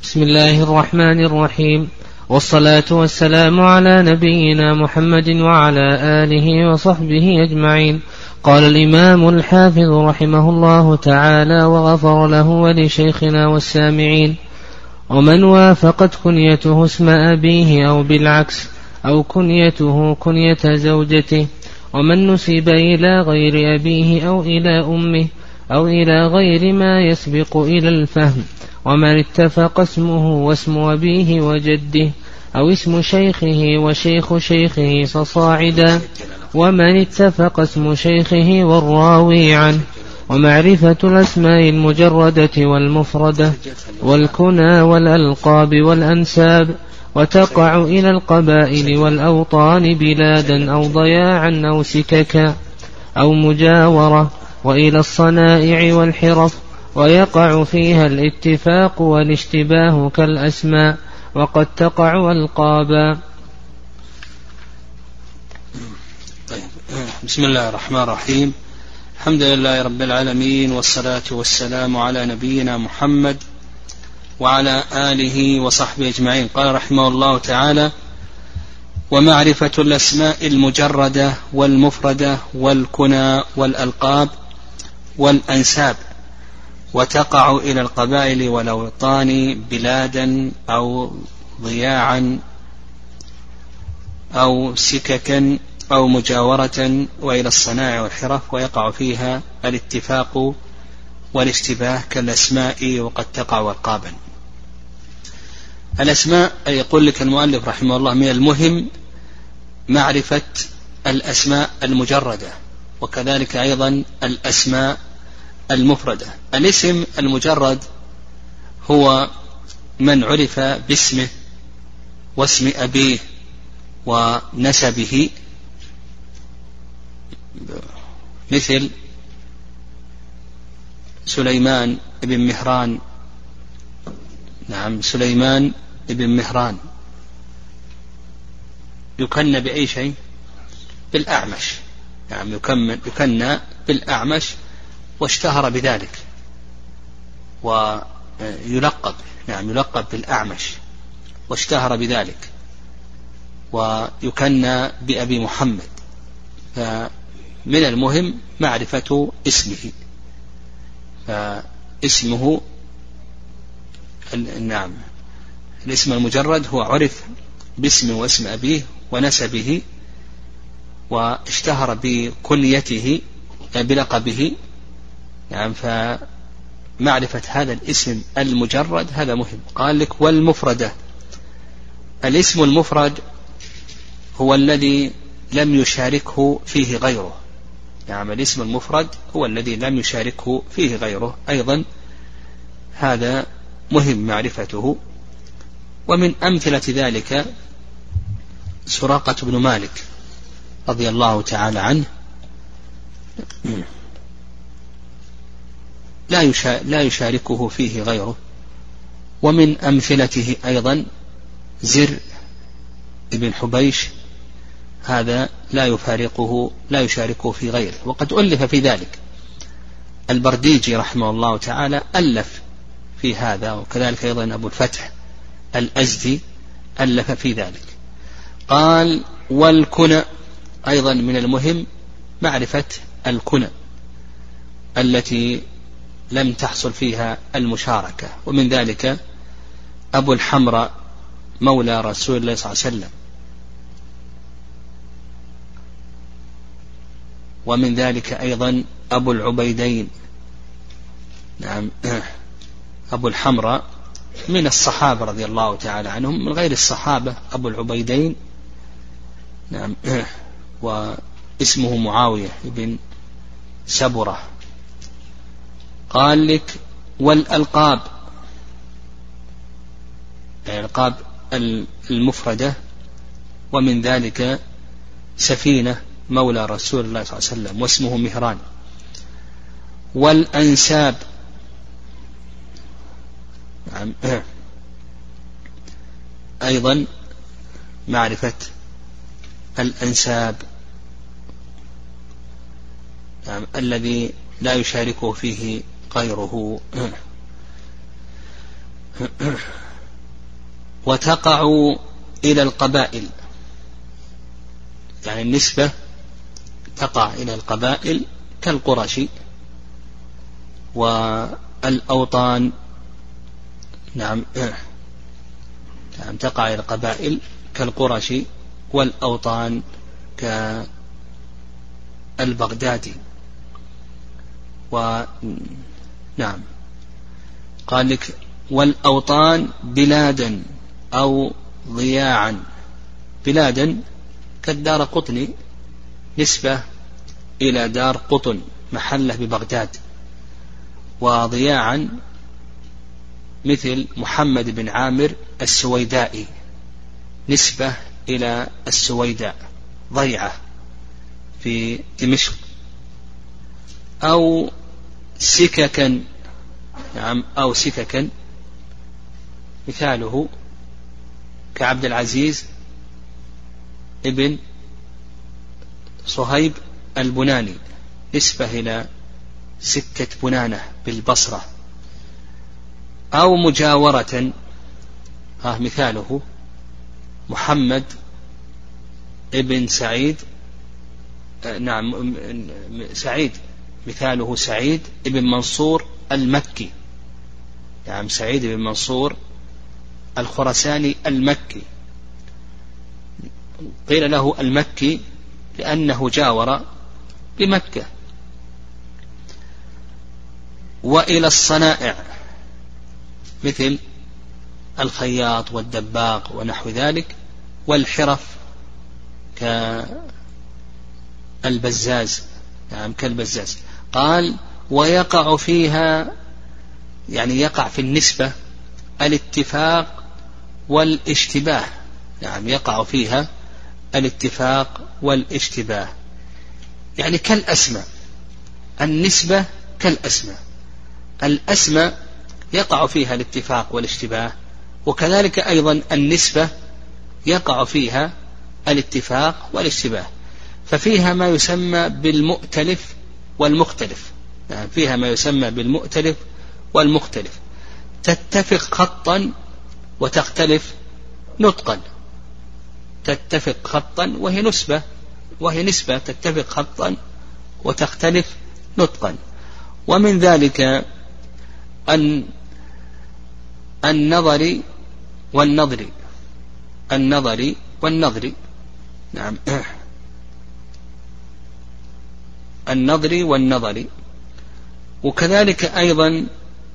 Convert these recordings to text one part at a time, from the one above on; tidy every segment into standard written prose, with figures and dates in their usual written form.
بسم الله الرحمن الرحيم، والصلاة والسلام على نبينا محمد وعلى آله وصحبه أجمعين. قال الإمام الحافظ رحمه الله تعالى وغفر له ولشيخنا والسامعين: ومن وافقت كنيته اسم أبيه أو بالعكس، أو كنيته كنية زوجته، ومن نسب إلى غير أبيه أو إلى أمه أو إلى غير ما يسبق إلى الفهم، ومن اتفق اسمه واسم أبيه وجده، أو اسم شيخه وشيخ شيخه فصاعدا، ومن اتفق اسم شيخه والراوي عنه، ومعرفة الأسماء المجردة والمفردة والكنى والألقاب والأنساب، وتقع إلى القبائل والأوطان بلادا أو ضياعا أو سككا أو مجاورة، وإلى الصنائع والحرف، ويقع فيها الاتفاق والاشتباه كالأسماء، وقد تقع ألقابا. بسم الله الرحمن الرحيم. الحمد لله رب العالمين، والصلاة والسلام على نبينا محمد وعلى آله وصحبه أجمعين. قال رحمه الله تعالى: ومعرفة الأسماء المجردة والمفردة والكنى والألقاب والأنساب، وتقع إلى القبائل والأوطان بلادا أو ضياعا أو سككا أو مجاورة، وإلى الصنائع والحرف، ويقع فيها الاتفاق والاشتباه كالأسماء، وقد تقع ألقابا. الأسماء، يقول لك المؤلف رحمه الله: من المهم معرفة الأسماء المجردة، وكذلك أيضا الأسماء المفردة. الاسم المجرد هو من عرف باسمه واسم أبيه ونسبه، مثل سليمان بن مهران. نعم، سليمان بن مهران يكنى بأي شيء؟ بالأعمش. نعم، يكنى بالأعمش، واشتهر بذلك ويلقب. نعم، يلقب بالأعمش واشتهر بذلك، ويكنى بأبي محمد. فمن المهم معرفة اسمه، فاسمه نعم، الاسم المجرد هو عرف باسمه واسم أبيه ونسبه، واشتهر بكنيته بلقبه. نعم، فمعرفة هذا الاسم المجرد هذا مهم. قال لك: والمفردة. الاسم المفرد هو الذي لم يشاركه فيه غيره. نعم، الاسم المفرد هو الذي لم يشاركه فيه غيره، أيضا هذا مهم معرفته. ومن أمثلة ذلك سراقة بن مالك رضي الله تعالى عنه، لا يشاركه فيه غيره. ومن أمثلته أيضا زر بن حبيش، هذا لا يشاركه في غيره. وقد ألف في ذلك البرديجي رحمه الله تعالى، ألف في هذا، وكذلك أيضا أبو الفتح الأزدي ألف في ذلك. قال: والكنى. أيضا من المهم معرفة الكنى التي لم تحصل فيها المشاركة، ومن ذلك أبو الحمراء مولى رسول الله صلى الله عليه وسلم، ومن ذلك أيضا أبو العبيدين. نعم، أبو الحمراء من الصحابة رضي الله تعالى عنهم، من غير الصحابة أبو العبيدين. نعم، واسمه معاوية بن سبرة. قال لك: والألقاب. الألقاب المفردة، ومن ذلك سفينة مولى رسول الله صلى الله عليه وسلم واسمه مهران. والأنساب. نعم، أيضا معرفة الأنساب، نعم، الذي لا يشاركه فيه غيره. وتقع إلى القبائل، يعني النسبة تقع إلى القبائل كالقرش والأوطان. نعم تقع إلى القبائل كالقرش والأوطان كالبغدادي. نعم قال لك والأوطان بلادا أو ضياعا. بلادا كالدار قطني نسبة إلى دار قطن محله ببغداد. وضياعا مثل محمد بن عامر السويدائي نسبة إلى السويداء ضيعة في دمشق. أو سككا، نعم أو سككا مثاله كعبد العزيز ابن صهيب البناني نسبة إلى سكة بنانة بالبصرة. أو مجاورة مثاله محمد ابن سعيد، نعم سعيد مثاله سعيد ابن منصور المكي، نعم سعيد بن منصور الخرساني المكي. قيل له المكي لأنه جاور بمكة. وإلى الصنائع مثل الخياط والدباق ونحو ذلك، والحرف كالبزاز، نعم كالبزاز. قال ويقع فيها، يعني يقع في النسبة الاتفاق والاشتباه، نعم يقع فيها الاتفاق والاشتباه، يعني كالأسماء. النسبة كالأسماء، الأسماء يقع فيها الاتفاق والاشتباه، وكذلك أيضا النسبة يقع فيها الاتفاق والاشتباه. ففيها ما يسمى بالمؤتلف والمختلف، يعني فيها ما يسمى بالمؤتلف والمختلف، تتفق خطا وتختلف نطقا. تتفق خطا وهي نسبة تتفق خطا وتختلف نطقا. ومن ذلك النظر والنظر، النظر والنظر، نعم النظر والنظر. وكذلك أيضا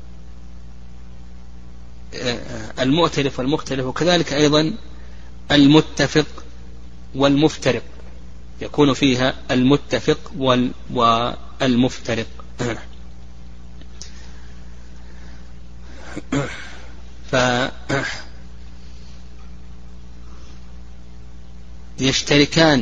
المؤتلف والمختلف، وكذلك أيضا المتفق والمفترق، يكون فيها المتفق والمفترق. فيشتركان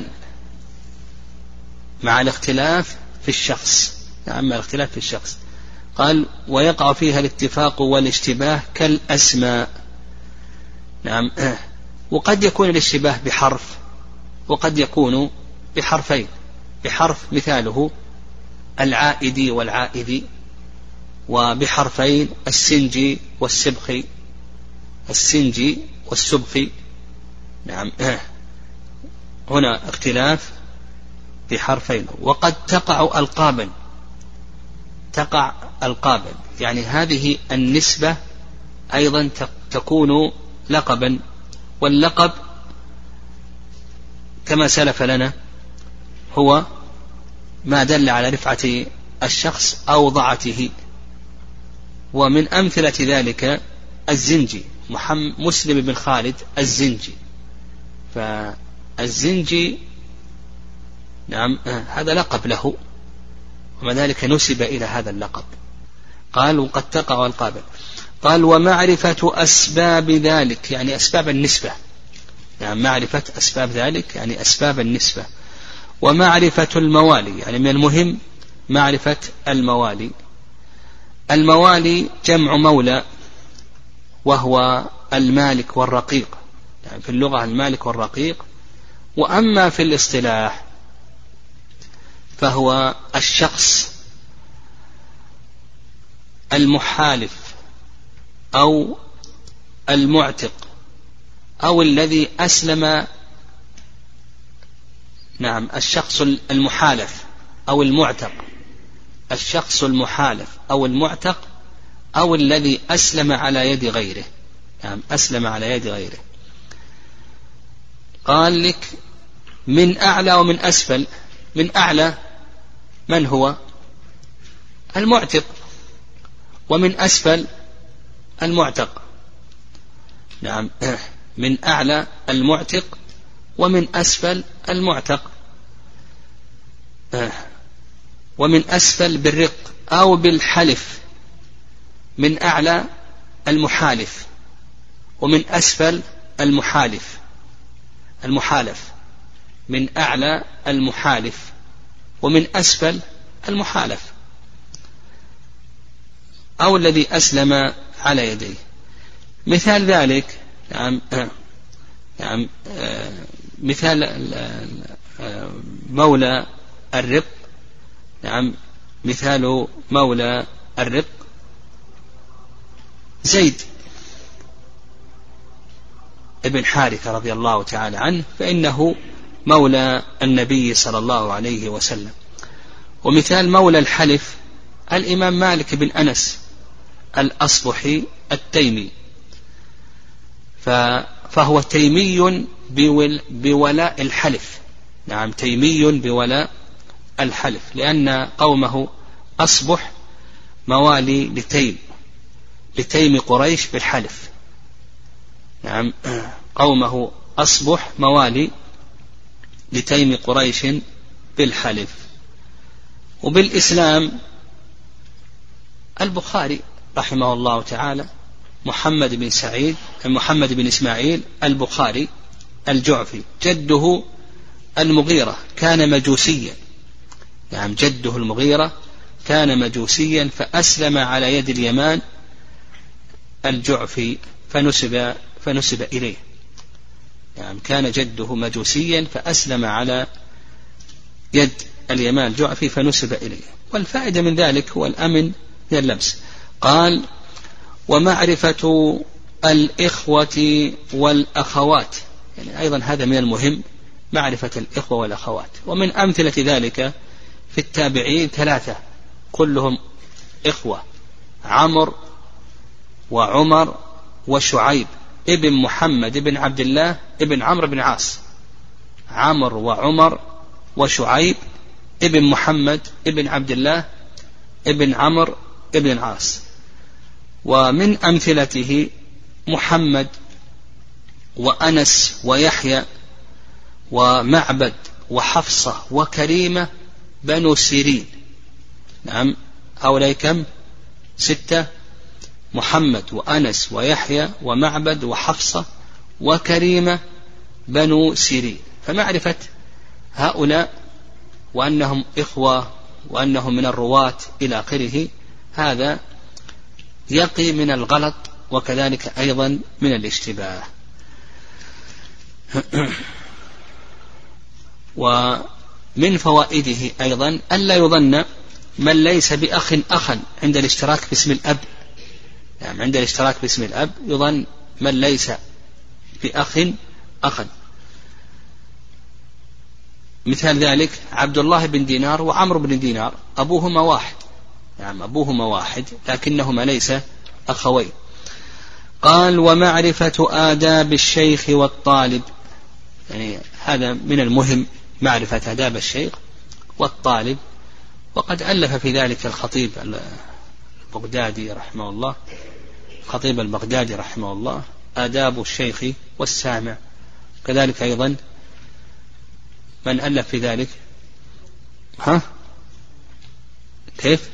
مع الاختلاف في الشخص، نعم مع الاختلاف في الشخص. قال ويقع فيها الاتفاق والاشتباه كالأسماء، نعم. وقد يكون الاشتباه بحرف وقد يكون بحرفين. بحرف مثاله العائدي والعائدي، وبحرفين السنجي والسبخي، السنجي والسبخي، نعم هنا اختلاف بحرفين. وقد تقع ألقابا، تقع ألقابا، يعني هذه النسبة أيضا تكون لقبا. واللقب كما سلف لنا هو ما دل على رفعة الشخص أو ضعته. ومن أمثلة ذلك الزنجي، مسلم بن خالد الزنجي. فالزنجي نعم هذا لقب له، وما ذلك نسب إلى هذا اللقب. قال وقد تقع القابل. قال ومعرفة أسباب ذلك، يعني أسباب النسبة، يعني معرفة أسباب ذلك يعني أسباب النسبة. ومعرفة الموالي، يعني من المهم معرفة الموالي. الموالي جمع مولى، وهو المالك والرقيق، يعني في اللغة المالك والرقيق. وأما في الاصطلاح فهو الشخص المحالف أو المعتق أو الذي أسلم، نعم، الشخص المحالف أو المعتق، الشخص المحالف أو المعتق أو الذي أسلم على يد غيره، نعم، أسلم على يد غيره. قال لك من أعلى ومن أسفل. من أعلى من هو؟ المعتق، ومن أسفل المعتق، نعم، من أعلى المعتق ومن أسفل المعتق، ومن أسفل بالرق أو بالحلف. من أعلى المحالف ومن أسفل المحالف، المحالف، من أعلى المحالف ومن أسفل المحالف، أو الذي أسلم على يديه. مثال ذلك، نعم، مثال مولى الرق، نعم، مثال مولى الرق زيد ابن حارثة رضي الله تعالى عنه، فإنه مولى النبي صلى الله عليه وسلم. ومثال مولى الحلف الإمام مالك بن أنس الأصبحي التيمي، فهو تيمي بولاء الحلف، نعم، تيمي بولاء الحلف، لأن قومه أصبح موالي لتيم قريش بالحلف، نعم، قومه أصبح موالي لتيم قريش بالحلف. وبالإسلام البخاري رحمه الله تعالى محمد بن إسماعيل البخاري الجعفي، جده المغيرة كان مجوسيا، نعم، جده المغيرة كان مجوسيا فأسلم على يد اليمان الجعفي فنسب إليه، يعني كان جده مجوسيا فأسلم على يد اليمان الجعفي فنسب إليه. والفائدة من ذلك هو الأمن من اللمس. قال ومعرفة الإخوة والأخوات، يعني أيضا هذا من المهم، معرفة الإخوة والأخوات. ومن أمثلة ذلك في التابعين 3 كلهم إخوة، عمرو وعمر وشعيب ابن محمد ابن عبد الله ابن عمرو بن عاص، عمرو وعمر وشعيب ابن محمد ابن عبد الله ابن عمرو ابن العاص. ومن أمثلته محمد وأنس ويحيى ومعبد وحفصة وكريمة بنو سيرين، نعم، هؤلاء كم؟ 6، محمد وأنس ويحيى ومعبد وحفصة وكريمة بنو سيرين. فمعرفة هؤلاء وأنهم إخوة وأنهم من الرواة إلى آخره، هذا يقي من الغلط وكذلك أيضا من الاشتباه. ومن فوائده أيضا ألا يظن من ليس بأخ أخا عند الاشتراك باسم الأب، يعني عند الاشتراك باسم الأب يظن من ليس بأخ أخا. مثال ذلك عبد الله بن دينار وعمرو بن دينار أبوهما واحد، يعني أبوهما واحد لكنهما ليس أخوين. قال ومعرفة آداب الشيخ والطالب، يعني هذا من المهم، معرفة آداب الشيخ والطالب. وقد ألف في ذلك الخطيب البغدادي رحمه الله، الخطيب البغدادي رحمه الله، آداب الشيخ والسامع. كذلك أيضا من ألف في ذلك، كيف؟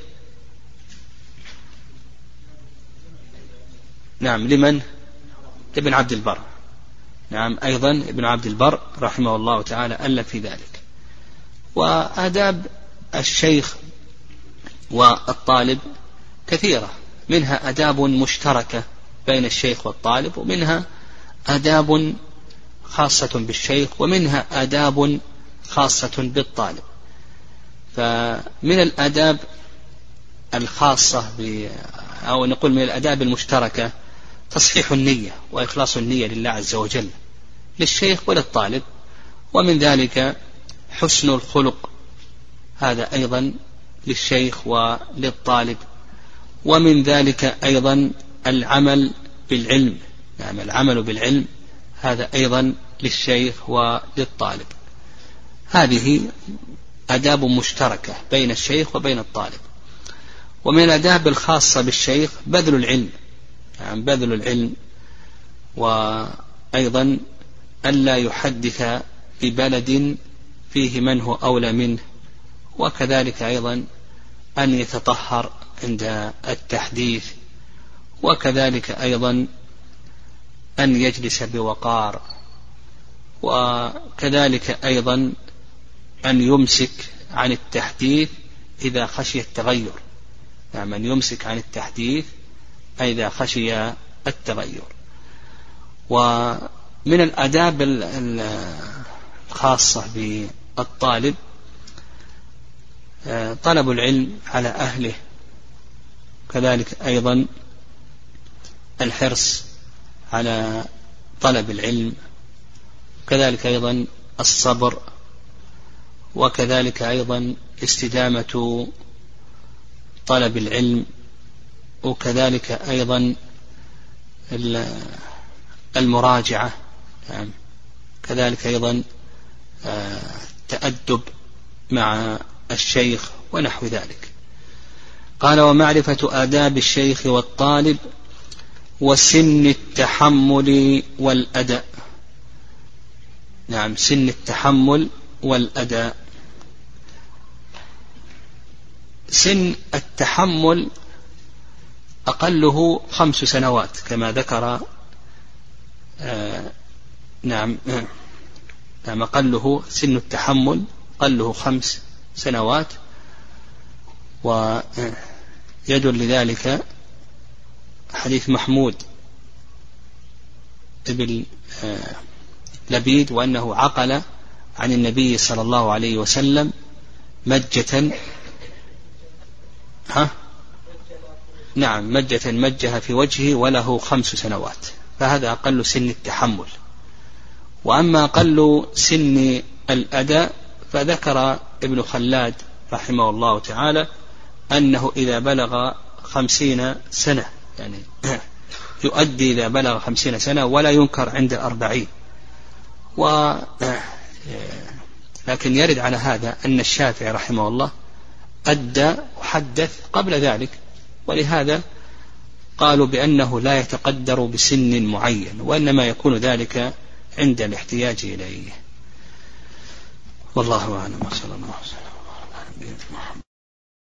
نعم، لمن؟ ابن عبد البر، نعم، أيضا ابن عبد البر رحمه الله تعالى ألف في ذلك. وآداب الشيخ والطالب كثيرة، منها آداب مشتركة بين الشيخ والطالب، ومنها آداب خاصة بالشيخ، ومنها آداب خاصة بالطالب. فمن الآداب الخاصة أو نقول من الآداب المشتركة تصحيح النية وإخلاص النية لله عز وجل للشيخ وللطالب. ومن ذلك حسن الخلق، هذا أيضا للشيخ وللطالب. ومن ذلك أيضا العمل بالعلم، يعني العمل بالعلم هذا أيضا للشيخ وللطالب. هذه آداب مشتركة بين الشيخ وبين الطالب. ومن الآداب الخاصة بالشيخ بذل العلم، يعني بذل العلم، وأيضا ألا يحدث ببلد فيه من هو أولى منه، وكذلك أيضا أن يتطهر عند التحديث، وكذلك أيضا أن يجلس بوقار، وكذلك أيضا أن يمسك عن التحديث إذا خشي التغير، يعني أن يمسك عن التحديث إذا خشي التغير. ومن الآداب الخاصة بالطالب طلب العلم على أهله، كذلك أيضا الحرص على طلب العلم، كذلك أيضا الصبر، وكذلك أيضا استدامة طلب العلم، وكذلك أيضا المراجعة، كذلك أيضا التأدب مع الشيخ ونحو ذلك. قال: ومعرفة آداب الشيخ والطالب وسن التحمل والأداء. نعم، سن التحمل والأداء. سن التحمل أقله 5 سنوات كما ذكر. نعم أقله سن التحمل أقله 5 سنوات، ويدل لذلك حديث محمود بن لبيد، وأنه عقل عن النبي صلى الله عليه وسلم مجة، نعم مجة مجها في وجهه وله 5 سنوات، فهذا أقل سن التحمل. وأما أقل سن الأداء فذكر ابن خلاد رحمه الله تعالى أنه إذا بلغ 50 سنة، يعني يؤدي إذا بلغ 50 سنة، ولا ينكر عند 40. لكن يرد على هذا أن الشافعي رحمه الله أدى وحدث قبل ذلك، ولهذا قالوا بأنه لا يتقدر بسن معين، وإنما يكون ذلك عند الاحتياج إليه. والله أعلم. وصلى الله عليه وسلم.